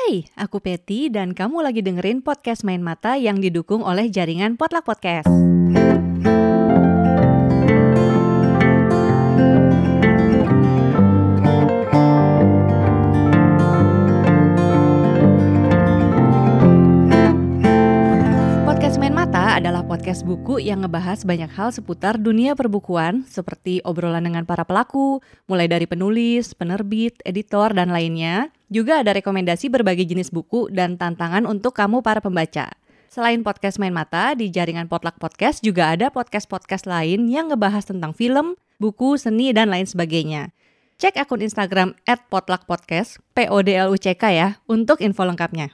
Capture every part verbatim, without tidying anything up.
Hai, aku Peti dan kamu lagi dengerin podcast Main Mata yang didukung oleh jaringan Potluck Podcast. Podcast Main Mata adalah podcast buku yang ngebahas banyak hal seputar dunia perbukuan seperti obrolan dengan para pelaku, mulai dari penulis, penerbit, editor, dan lainnya. Juga ada rekomendasi berbagai jenis buku dan tantangan untuk kamu para pembaca. Selain podcast Main Mata, di jaringan Potluck Podcast juga ada podcast-podcast lain yang ngebahas tentang film, buku, seni, dan lain sebagainya. Cek akun Instagram et potluckpodcast, P O D L U C K ya, untuk info lengkapnya.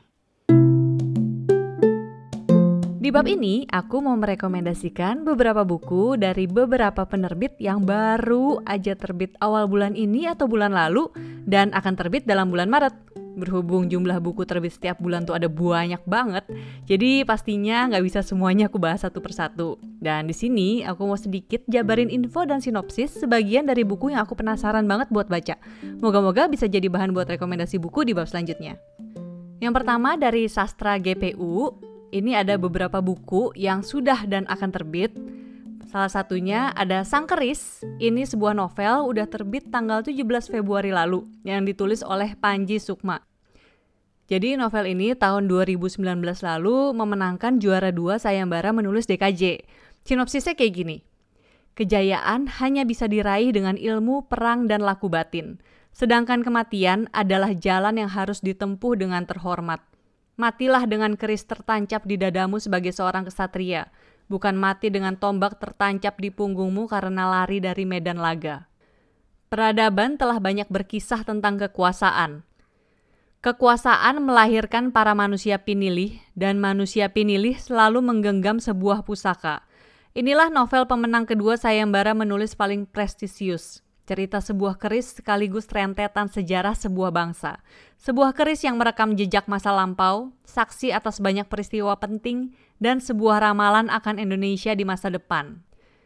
Di bab ini, aku mau merekomendasikan beberapa buku dari beberapa penerbit yang baru aja terbit awal bulan ini atau bulan lalu dan akan terbit dalam bulan Maret. Berhubung jumlah buku terbit setiap bulan tuh ada banyak banget, jadi pastinya nggak bisa semuanya aku bahas satu persatu. Dan di sini aku mau sedikit jabarin info dan sinopsis sebagian dari buku yang aku penasaran banget buat baca. Moga-moga bisa jadi bahan buat rekomendasi buku di bab selanjutnya. Yang pertama dari Sastra G P U. Ini ada beberapa buku yang sudah dan akan terbit. Salah satunya ada Sang Keris. Ini sebuah novel udah terbit tanggal tujuh belas Februari lalu yang ditulis oleh Panji Sukma. Jadi novel ini tahun dua ribu sembilan belas lalu memenangkan juara dua sayembara menulis D K J. Sinopsisnya kayak gini. Kejayaan hanya bisa diraih dengan ilmu, perang, dan laku batin. Sedangkan kematian adalah jalan yang harus ditempuh dengan terhormat. Matilah dengan keris tertancap di dadamu sebagai seorang kesatria, bukan mati dengan tombak tertancap di punggungmu karena lari dari medan laga. Peradaban telah banyak berkisah tentang kekuasaan. Kekuasaan melahirkan para manusia pinilih, dan manusia pinilih selalu menggenggam sebuah pusaka. Inilah novel pemenang kedua sayembara menulis paling prestisius. Cerita sebuah keris sekaligus rentetan sejarah sebuah bangsa. Sebuah keris yang merekam jejak masa lampau, saksi atas banyak peristiwa penting, dan sebuah ramalan akan Indonesia di masa depan.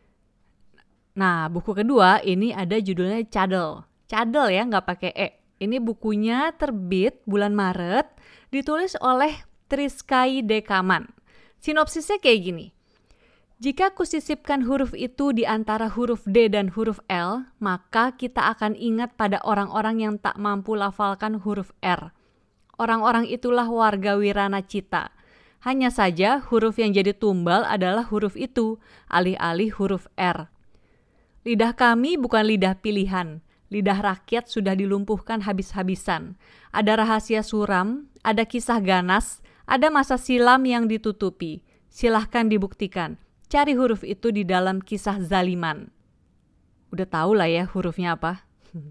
Nah, buku kedua ini ada judulnya Cadel. Cadel ya, nggak pakai E. Ini bukunya terbit bulan Maret, ditulis oleh Triskai Dekaman. Sinopsisnya kayak gini. Jika kusisipkan huruf itu di antara huruf D dan huruf L, maka kita akan ingat pada orang-orang yang tak mampu lafalkan huruf R. Orang-orang itulah warga Wirana Cita. Hanya saja huruf yang jadi tumbal adalah huruf itu, alih-alih huruf R. Lidah kami bukan lidah pilihan. Lidah rakyat sudah dilumpuhkan habis-habisan. Ada rahasia suram, ada kisah ganas, ada masa silam yang ditutupi. Silahkan dibuktikan. Cari huruf itu di dalam kisah zaliman. Udah tahu lah ya hurufnya apa.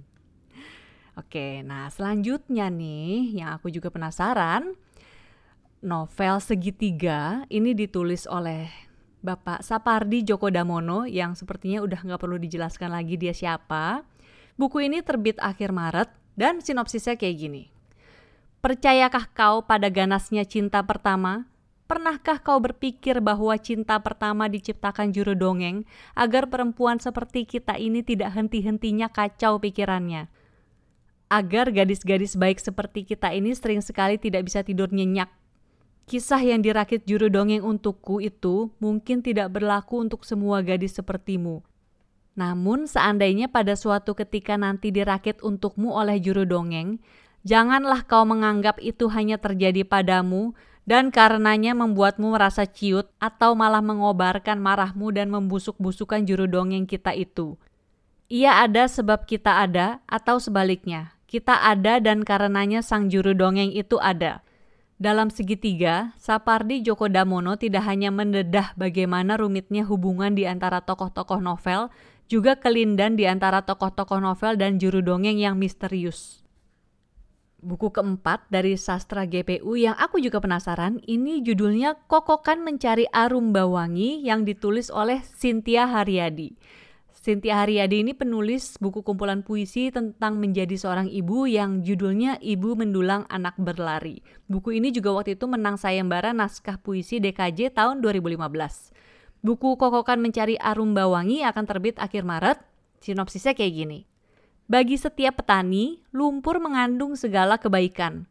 Oke, nah selanjutnya nih yang aku juga penasaran. Novel Segitiga ini ditulis oleh Bapak Sapardi Djoko Damono yang sepertinya udah gak perlu dijelaskan lagi dia siapa. Buku ini terbit akhir Maret dan sinopsisnya kayak gini. Percayakah kau pada ganasnya cinta pertama? Pernahkah kau berpikir bahwa cinta pertama diciptakan juru dongeng agar perempuan seperti kita ini tidak henti-hentinya kacau pikirannya? Agar gadis-gadis baik seperti kita ini sering sekali tidak bisa tidur nyenyak. Kisah yang dirakit juru dongeng untukku itu mungkin tidak berlaku untuk semua gadis sepertimu. Namun seandainya pada suatu ketika nanti dirakit untukmu oleh juru dongeng, janganlah kau menganggap itu hanya terjadi padamu dan karenanya membuatmu merasa ciut atau malah mengobarkan marahmu dan membusuk-busukan juru dongeng kita itu. Ia ada sebab kita ada atau sebaliknya. Kita ada dan karenanya sang juru dongeng itu ada. Dalam Segitiga, Sapardi Djoko Damono tidak hanya mendedah bagaimana rumitnya hubungan di antara tokoh-tokoh novel, juga kelindan di antara tokoh-tokoh novel dan juru dongeng yang misterius. Buku keempat dari Sastra G P U yang aku juga penasaran, ini judulnya Kokokan Mencari Arum Bawangi yang ditulis oleh Cynthia Haryadi. Cynthia Haryadi ini penulis buku kumpulan puisi tentang menjadi seorang ibu yang judulnya Ibu Mendulang Anak Berlari. Buku ini juga waktu itu menang sayembara naskah puisi D K J tahun dua ribu lima belas. Buku Kokokan Mencari Arum Bawangi akan terbit akhir Maret. Sinopsisnya kayak gini. Bagi setiap petani, lumpur mengandung segala kebaikan.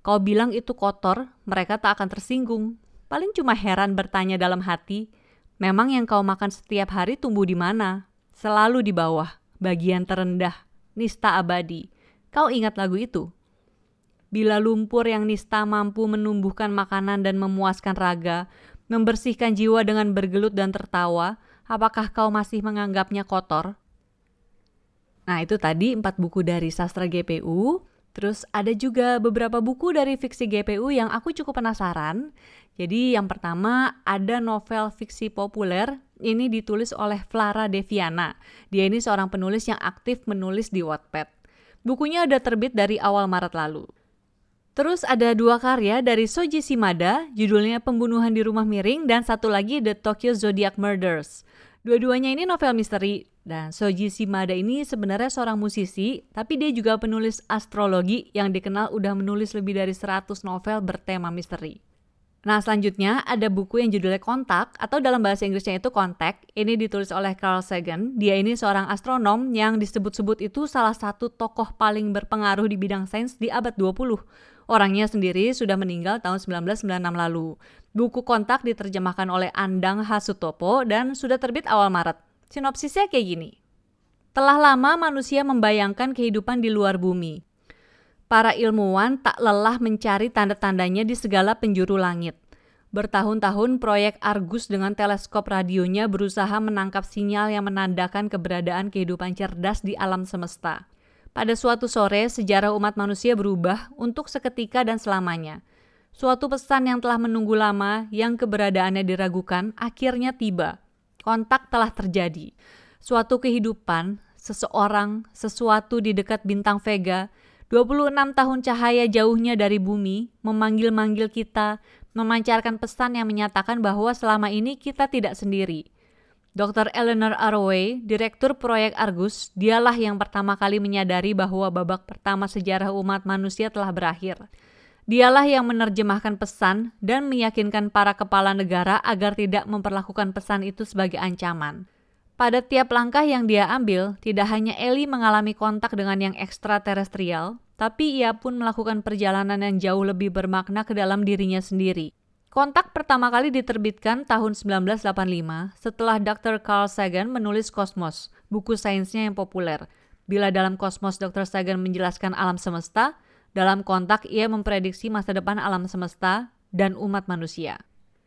Kau bilang itu kotor, mereka tak akan tersinggung. Paling cuma heran bertanya dalam hati, memang yang kau makan setiap hari tumbuh di mana? Selalu di bawah, bagian terendah, nista abadi. Kau ingat lagu itu? Bila lumpur yang nista mampu menumbuhkan makanan dan memuaskan raga, membersihkan jiwa dengan bergelut dan tertawa, apakah kau masih menganggapnya kotor? Nah, itu tadi empat buku dari sastra G P U. Terus ada juga beberapa buku dari fiksi G P U yang aku cukup penasaran. Jadi yang pertama ada novel fiksi populer, ini ditulis oleh Flara Deviana. Dia ini seorang penulis yang aktif menulis di Wattpad. Bukunya udah terbit dari awal Maret lalu. Terus ada dua karya dari Shoji Shimada, judulnya Pembunuhan di Rumah Miring, dan satu lagi The Tokyo Zodiac Murders. Dua-duanya ini novel misteri, dan Shoji Shimada ini sebenarnya seorang musisi, tapi dia juga penulis astrologi yang dikenal udah menulis lebih dari seratus novel bertema misteri. Nah, selanjutnya ada buku yang judulnya Kontak, atau dalam bahasa Inggrisnya itu Contact. Ini ditulis oleh Carl Sagan. Dia ini seorang astronom yang disebut-sebut itu salah satu tokoh paling berpengaruh di bidang sains di abad dua puluh. Orangnya sendiri sudah meninggal tahun sembilan belas sembilan puluh enam lalu. Buku Kontak diterjemahkan oleh Andang Hasutopo dan sudah terbit awal Maret. Sinopsisnya kayak gini. Telah lama manusia membayangkan kehidupan di luar bumi. Para ilmuwan tak lelah mencari tanda-tandanya di segala penjuru langit. Bertahun-tahun proyek Argus dengan teleskop radionya berusaha menangkap sinyal yang menandakan keberadaan kehidupan cerdas di alam semesta. Pada suatu sore, sejarah umat manusia berubah untuk seketika dan selamanya. Suatu pesan yang telah menunggu lama, yang keberadaannya diragukan, akhirnya tiba. Kontak telah terjadi. Suatu kehidupan, seseorang, sesuatu di dekat bintang Vega, dua puluh enam tahun cahaya jauhnya dari bumi, memanggil-manggil kita, memancarkan pesan yang menyatakan bahwa selama ini kita tidak sendiri. dokter Eleanor Arroway, direktur proyek Argus, dialah yang pertama kali menyadari bahwa babak pertama sejarah umat manusia telah berakhir. Dialah yang menerjemahkan pesan dan meyakinkan para kepala negara agar tidak memperlakukan pesan itu sebagai ancaman. Pada tiap langkah yang dia ambil, tidak hanya Ellie mengalami kontak dengan yang ekstraterestrial, tapi ia pun melakukan perjalanan yang jauh lebih bermakna ke dalam dirinya sendiri. Kontak pertama kali diterbitkan tahun sembilan belas delapan puluh lima setelah dokter Carl Sagan menulis Kosmos, buku sainsnya yang populer. Bila dalam Kosmos dokter Sagan menjelaskan alam semesta, dalam Kontak ia memprediksi masa depan alam semesta dan umat manusia.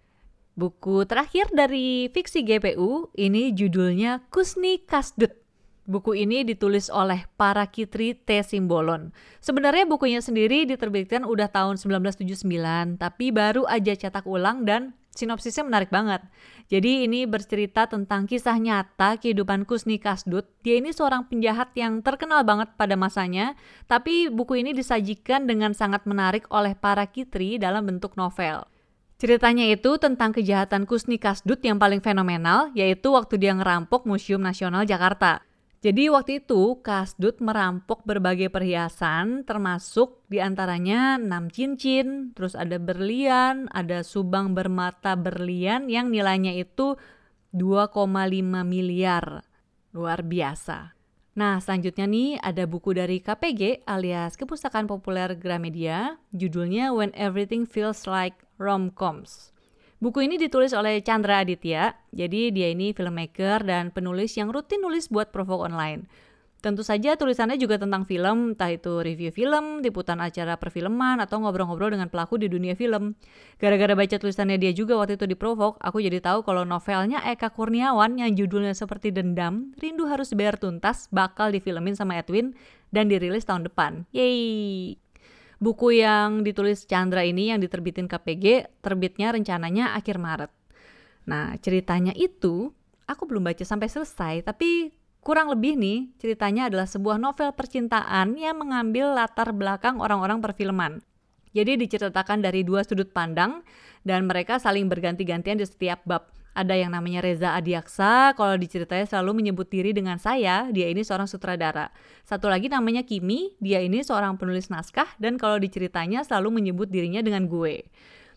Buku terakhir dari fiksi G P U ini judulnya Kusni Kasdut. Buku ini ditulis oleh Parakitri T. Simbolon. Sebenarnya bukunya sendiri diterbitkan udah tahun sembilan belas tujuh puluh sembilan, tapi baru aja cetak ulang dan sinopsisnya menarik banget. Jadi ini bercerita tentang kisah nyata kehidupan Kusni Kasdut. Dia ini seorang penjahat yang terkenal banget pada masanya, tapi buku ini disajikan dengan sangat menarik oleh Parakitri dalam bentuk novel. Ceritanya itu tentang kejahatan Kusni Kasdut yang paling fenomenal, yaitu waktu dia ngerampok Museum Nasional Jakarta. Jadi waktu itu Kasdut merampok berbagai perhiasan, termasuk diantaranya enam cincin, terus ada berlian, ada subang bermata berlian yang nilainya itu dua koma lima miliar. Luar biasa. Nah, selanjutnya nih ada buku dari K P G alias Kepustakaan Populer Gramedia, judulnya When Everything Feels Like Rom-Coms. Buku ini ditulis oleh Chandra Aditya, jadi dia ini filmmaker dan penulis yang rutin nulis buat Provok Online. Tentu saja tulisannya juga tentang film, entah itu review film, liputan acara perfilman, atau ngobrol-ngobrol dengan pelaku di dunia film. Gara-gara baca tulisannya dia juga waktu itu di Provok, aku jadi tahu kalau novelnya Eka Kurniawan yang judulnya seperti Dendam, Rindu Harus Dibayar Tuntas, bakal difilmin sama Edwin dan dirilis tahun depan. Yeay! Buku yang ditulis Chandra ini yang diterbitin K P G, terbitnya rencananya akhir Maret. Nah, ceritanya itu aku belum baca sampai selesai, tapi kurang lebih nih ceritanya adalah sebuah novel percintaan yang mengambil latar belakang orang-orang perfilman. Jadi diceritakan dari dua sudut pandang dan mereka saling berganti-gantian di setiap bab. Ada yang namanya Reza Adiaksa, kalau diceritanya selalu menyebut diri dengan saya, dia ini seorang sutradara. Satu lagi namanya Kimi, dia ini seorang penulis naskah dan kalau diceritanya selalu menyebut dirinya dengan gue.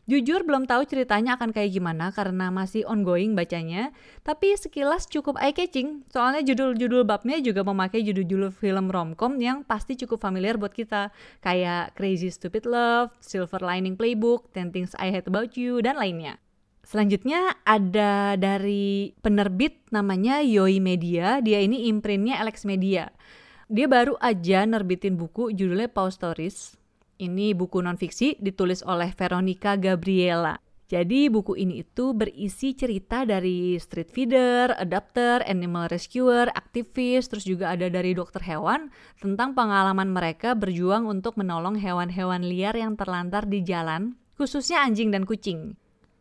Jujur belum tahu ceritanya akan kayak gimana karena masih ongoing bacanya, tapi sekilas cukup eye-catching. Soalnya judul-judul babnya juga memakai judul-judul film romcom yang pasti cukup familiar buat kita. Kayak Crazy Stupid Love, Silver Lining Playbook, Ten Things I Hate About You, dan lainnya. Selanjutnya ada dari penerbit namanya Yoi Media, dia ini imprintnya Alex Media. Dia baru aja nerbitin buku judulnya Pau Stories. Ini buku non-fiksi ditulis oleh Veronica Gabriela. Jadi buku ini itu berisi cerita dari street feeder, adopter, animal rescuer, aktivis, terus juga ada dari dokter hewan tentang pengalaman mereka berjuang untuk menolong hewan-hewan liar yang terlantar di jalan, khususnya anjing dan kucing.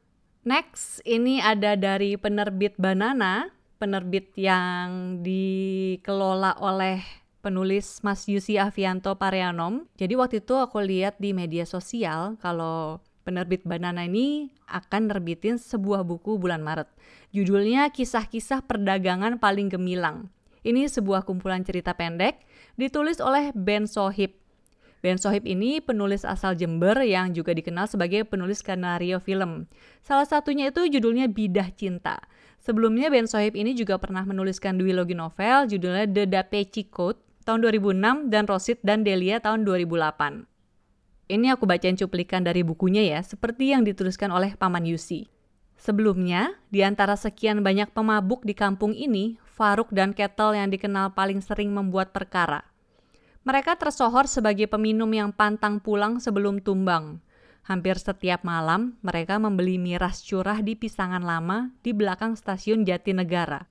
Next, ini ada dari penerbit Banana, penerbit yang dikelola oleh penulis Mas Yusi Avianto Pareanom. Jadi waktu itu aku lihat di media sosial kalau penerbit Banana ini akan nerbitin sebuah buku bulan Maret. Judulnya Kisah-Kisah Perdagangan Paling Gemilang. Ini sebuah kumpulan cerita pendek ditulis oleh Ben Sohib. Ben Sohib ini penulis asal Jember yang juga dikenal sebagai penulis skenario film. Salah satunya itu judulnya Bidah Cinta. Sebelumnya Ben Sohib ini juga pernah menuliskan duologi novel judulnya The Da Vinci Code tahun dua ribu enam dan Rosit dan Delia tahun dua ribu delapan. Ini aku bacain cuplikan dari bukunya ya, seperti yang dituliskan oleh Paman Yusi. Sebelumnya, di antara sekian banyak pemabuk di kampung ini, Faruk dan Ketel yang dikenal paling sering membuat perkara. Mereka tersohor sebagai peminum yang pantang pulang sebelum tumbang. Hampir setiap malam, mereka membeli miras curah di Pisangan Lama di belakang stasiun Jatinegara.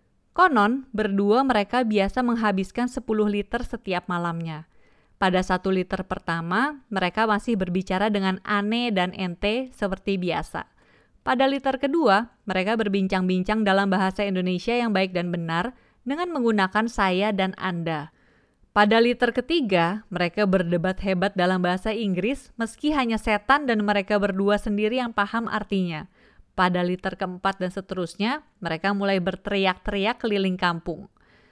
Konon, berdua mereka biasa menghabiskan sepuluh liter setiap malamnya. Pada satu liter pertama, mereka masih berbicara dengan ane dan ente seperti biasa. Pada liter kedua, mereka berbincang-bincang dalam bahasa Indonesia yang baik dan benar dengan menggunakan saya dan Anda. Pada liter ketiga, mereka berdebat hebat dalam bahasa Inggris meski hanya setan dan mereka berdua sendiri yang paham artinya. Pada liter keempat dan seterusnya, mereka mulai berteriak-teriak keliling kampung.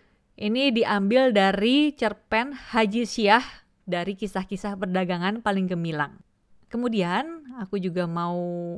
Ini diambil dari cerpen Haji Syah dari Kisah-Kisah Perdagangan Paling Gemilang. Kemudian, aku juga mau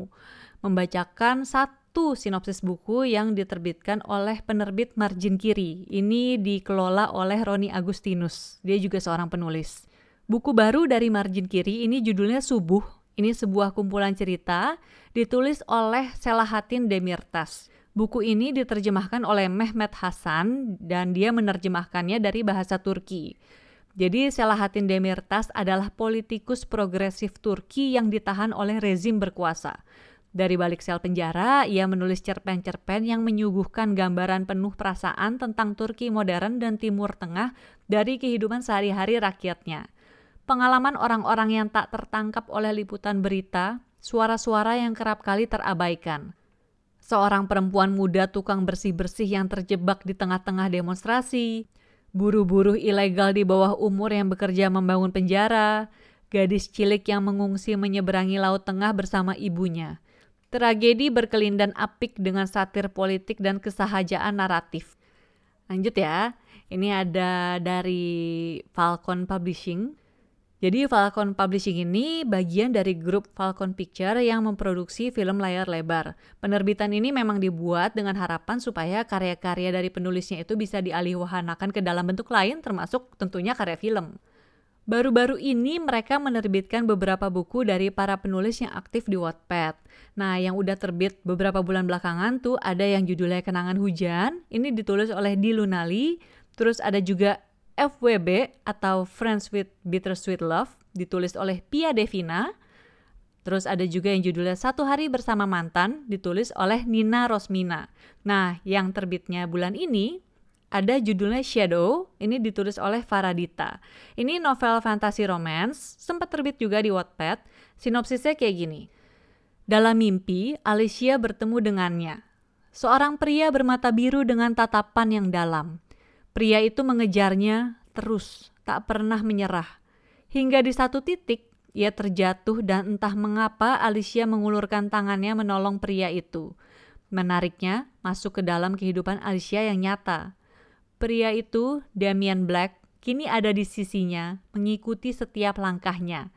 membacakan satu sinopsis buku yang diterbitkan oleh penerbit Margin Kiri. Ini dikelola oleh Roni Agustinus. Dia juga seorang penulis. Buku baru dari Margin Kiri ini judulnya Subuh. Ini sebuah kumpulan cerita ditulis oleh Selahattin Demirtas. Buku ini diterjemahkan oleh Mehmet Hasan dan dia menerjemahkannya dari bahasa Turki. Jadi Selahattin Demirtas adalah politikus progresif Turki yang ditahan oleh rezim berkuasa. Dari balik sel penjara, ia menulis cerpen-cerpen yang menyuguhkan gambaran penuh perasaan tentang Turki modern dan Timur Tengah dari kehidupan sehari-hari rakyatnya. Pengalaman orang-orang yang tak tertangkap oleh liputan berita, suara-suara yang kerap kali terabaikan. Seorang perempuan muda tukang bersih-bersih yang terjebak di tengah-tengah demonstrasi, buruh-buruh ilegal di bawah umur yang bekerja membangun penjara, gadis cilik yang mengungsi menyeberangi Laut Tengah bersama ibunya. Tragedi berkelindan apik dengan satir politik dan kesahajaan naratif. Lanjut ya, ini ada dari Falcon Publishing. Jadi Falcon Publishing ini bagian dari grup Falcon Picture yang memproduksi film layar lebar. Penerbitan ini memang dibuat dengan harapan supaya karya-karya dari penulisnya itu bisa dialihwahanakan ke dalam bentuk lain, termasuk tentunya karya film. Baru-baru ini mereka menerbitkan beberapa buku dari para penulis yang aktif di Wattpad. Nah, yang udah terbit beberapa bulan belakangan tuh ada yang judulnya Kenangan Hujan, ini ditulis oleh Di Lunali, terus ada juga F W B atau Friends with Bittersweet Love ditulis oleh Pia Devina. Terus ada juga yang judulnya Satu Hari Bersama Mantan ditulis oleh Nina Rosmina. Nah, yang terbitnya bulan ini ada judulnya Shadow, ini ditulis oleh Faradita. Ini novel fantasi romance, sempat terbit juga di Wattpad. Sinopsisnya kayak gini. Dalam mimpi, Alicia bertemu dengannya. Seorang pria bermata biru dengan tatapan yang dalam. Pria itu mengejarnya terus, tak pernah menyerah. Hingga di satu titik, ia terjatuh dan entah mengapa Alicia mengulurkan tangannya menolong pria itu. Menariknya masuk ke dalam kehidupan Alicia yang nyata. Pria itu, Damian Black, kini ada di sisinya, mengikuti setiap langkahnya.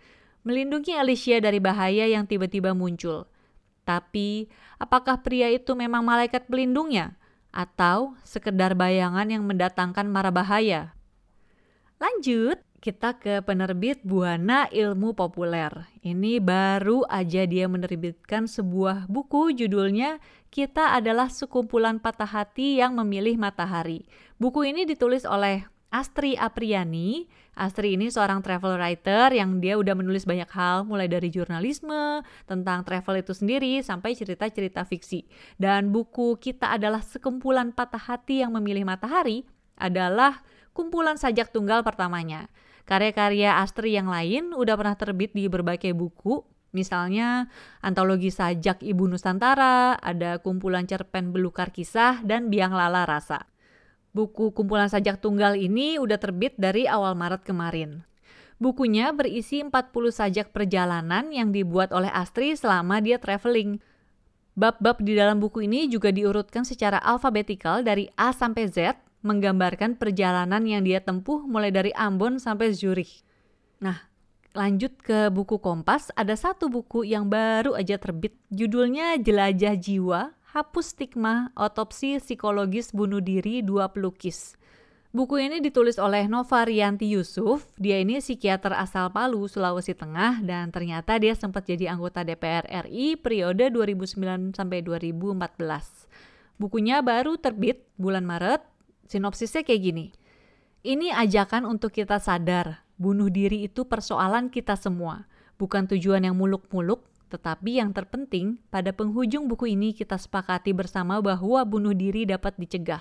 melindungi Alicia dari bahaya yang tiba-tiba muncul. Tapi, apakah pria itu memang malaikat pelindungnya? Atau sekedar bayangan yang mendatangkan mara bahaya? Lanjut, kita ke penerbit Buana Ilmu Populer. Ini baru aja dia menerbitkan sebuah buku judulnya Kita Adalah Sekumpulan Patah Hati Yang Memilih Matahari. Buku ini ditulis oleh Astri Apriani. Astri ini seorang travel writer yang dia udah menulis banyak hal, mulai dari jurnalisme, tentang travel itu sendiri, sampai cerita-cerita fiksi. Dan buku Kita Adalah Sekumpulan Patah Hati Yang Memilih Matahari adalah kumpulan sajak tunggal pertamanya. Karya-karya Astri yang lain udah pernah terbit di berbagai buku, misalnya antologi sajak Ibu Nusantara, ada kumpulan cerpen Belukar Kisah, dan Biang Lala Rasa. Buku kumpulan sajak tunggal ini udah terbit dari awal Maret kemarin. Bukunya berisi empat puluh sajak perjalanan yang dibuat oleh Astri selama dia traveling. Bab-bab di dalam buku ini juga diurutkan secara alfabetikal dari A sampai Z, menggambarkan perjalanan yang dia tempuh mulai dari Ambon sampai Zurich. Nah, lanjut ke buku Kompas, ada satu buku yang baru aja terbit. Judulnya Jelajah Jiwa, Hapus Stigma, Otopsi Psikologis Bunuh Diri Dua Pelukis. Buku ini ditulis oleh Nova Rianti Yusuf. Dia ini psikiater asal Palu, Sulawesi Tengah, dan ternyata dia sempat jadi anggota D P R R I periode dua ribu sembilan sampai dua ribu empat belas. Bukunya baru terbit bulan Maret. Sinopsisnya kayak gini. Ini ajakan untuk kita sadar, bunuh diri itu persoalan kita semua. Bukan tujuan yang muluk-muluk, tetapi yang terpenting, pada penghujung buku ini kita sepakati bersama bahwa bunuh diri dapat dicegah.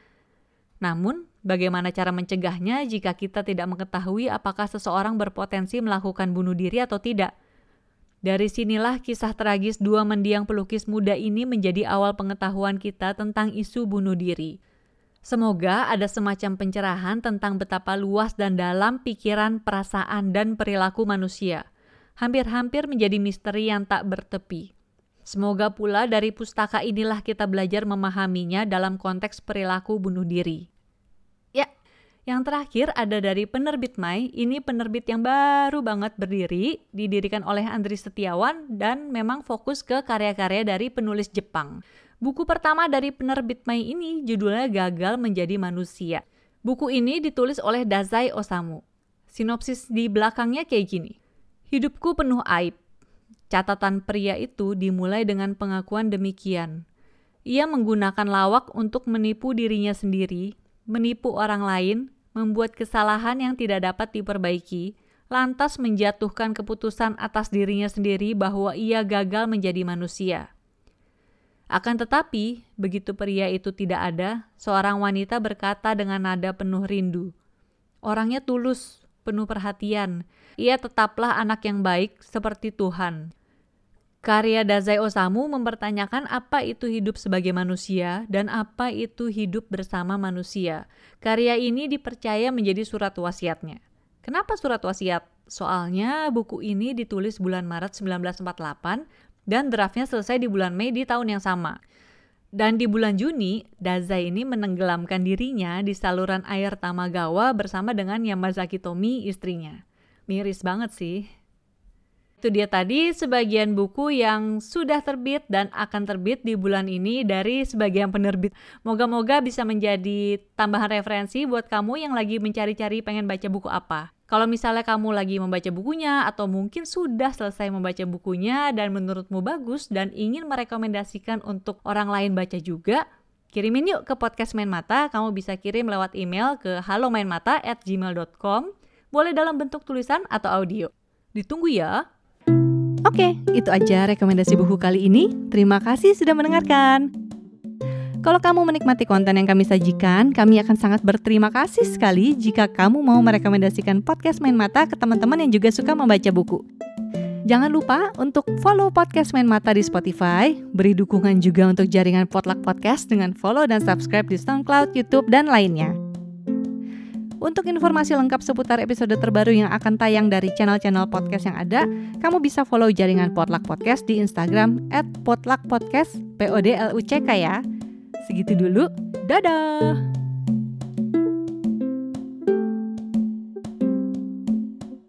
Namun, bagaimana cara mencegahnya jika kita tidak mengetahui apakah seseorang berpotensi melakukan bunuh diri atau tidak? Dari sinilah kisah tragis dua mendiang pelukis muda ini menjadi awal pengetahuan kita tentang isu bunuh diri. Semoga ada semacam pencerahan tentang betapa luas dan dalam pikiran, perasaan, dan perilaku manusia. Hampir-hampir menjadi misteri yang tak bertepi. Semoga pula dari pustaka inilah kita belajar memahaminya dalam konteks perilaku bunuh diri. Ya, yang terakhir ada dari penerbit Mai. Ini penerbit yang baru banget berdiri, didirikan oleh Andri Setiawan dan memang fokus ke karya-karya dari penulis Jepang. Buku pertama dari penerbit Mai ini judulnya Gagal Menjadi Manusia. Buku ini ditulis oleh Dazai Osamu. Sinopsis di belakangnya kayak gini. Hidupku penuh aib. Catatan pria itu dimulai dengan pengakuan demikian. Ia menggunakan lawak untuk menipu dirinya sendiri, menipu orang lain, membuat kesalahan yang tidak dapat diperbaiki, lantas menjatuhkan keputusan atas dirinya sendiri bahwa ia gagal menjadi manusia. Akan tetapi, begitu pria itu tidak ada, seorang wanita berkata dengan nada penuh rindu. Orangnya tulus, penuh perhatian. Ia tetaplah anak yang baik seperti Tuhan. Karya Dazai Osamu mempertanyakan apa itu hidup sebagai manusia dan apa itu hidup bersama manusia. Karya ini dipercaya menjadi surat wasiatnya. Kenapa surat wasiat? Soalnya buku ini ditulis bulan Maret seribu sembilan ratus empat puluh delapan dan draftnya selesai di bulan Mei di tahun yang sama. Dan di bulan Juni, Dazai ini menenggelamkan dirinya di saluran air Tamagawa bersama dengan Yamazaki Tomi, istrinya. Miris banget sih. Itu dia tadi sebagian buku yang sudah terbit dan akan terbit di bulan ini dari sebagian penerbit. Moga-moga bisa menjadi tambahan referensi buat kamu yang lagi mencari-cari pengen baca buku apa. Kalau misalnya kamu lagi membaca bukunya atau mungkin sudah selesai membaca bukunya dan menurutmu bagus dan ingin merekomendasikan untuk orang lain baca juga, kirimin yuk ke podcast Main Mata. Kamu bisa kirim lewat email ke halo main mata at gmail dot com. Boleh dalam bentuk tulisan atau audio. Ditunggu ya. Oke, itu aja rekomendasi buku kali ini. Terima kasih sudah mendengarkan. Kalau kamu menikmati konten yang kami sajikan, kami akan sangat berterima kasih sekali jika kamu mau merekomendasikan podcast Main Mata ke teman-teman yang juga suka membaca buku. Jangan lupa untuk follow podcast Main Mata di Spotify, beri dukungan juga untuk jaringan Potluck Podcast dengan follow dan subscribe di SoundCloud, YouTube, dan lainnya. Untuk informasi lengkap seputar episode terbaru yang akan tayang dari channel-channel podcast yang ada, kamu bisa follow jaringan Potluck Podcast di Instagram at potluck podcast, P O D L U C K ya. Segitu dulu, dadah!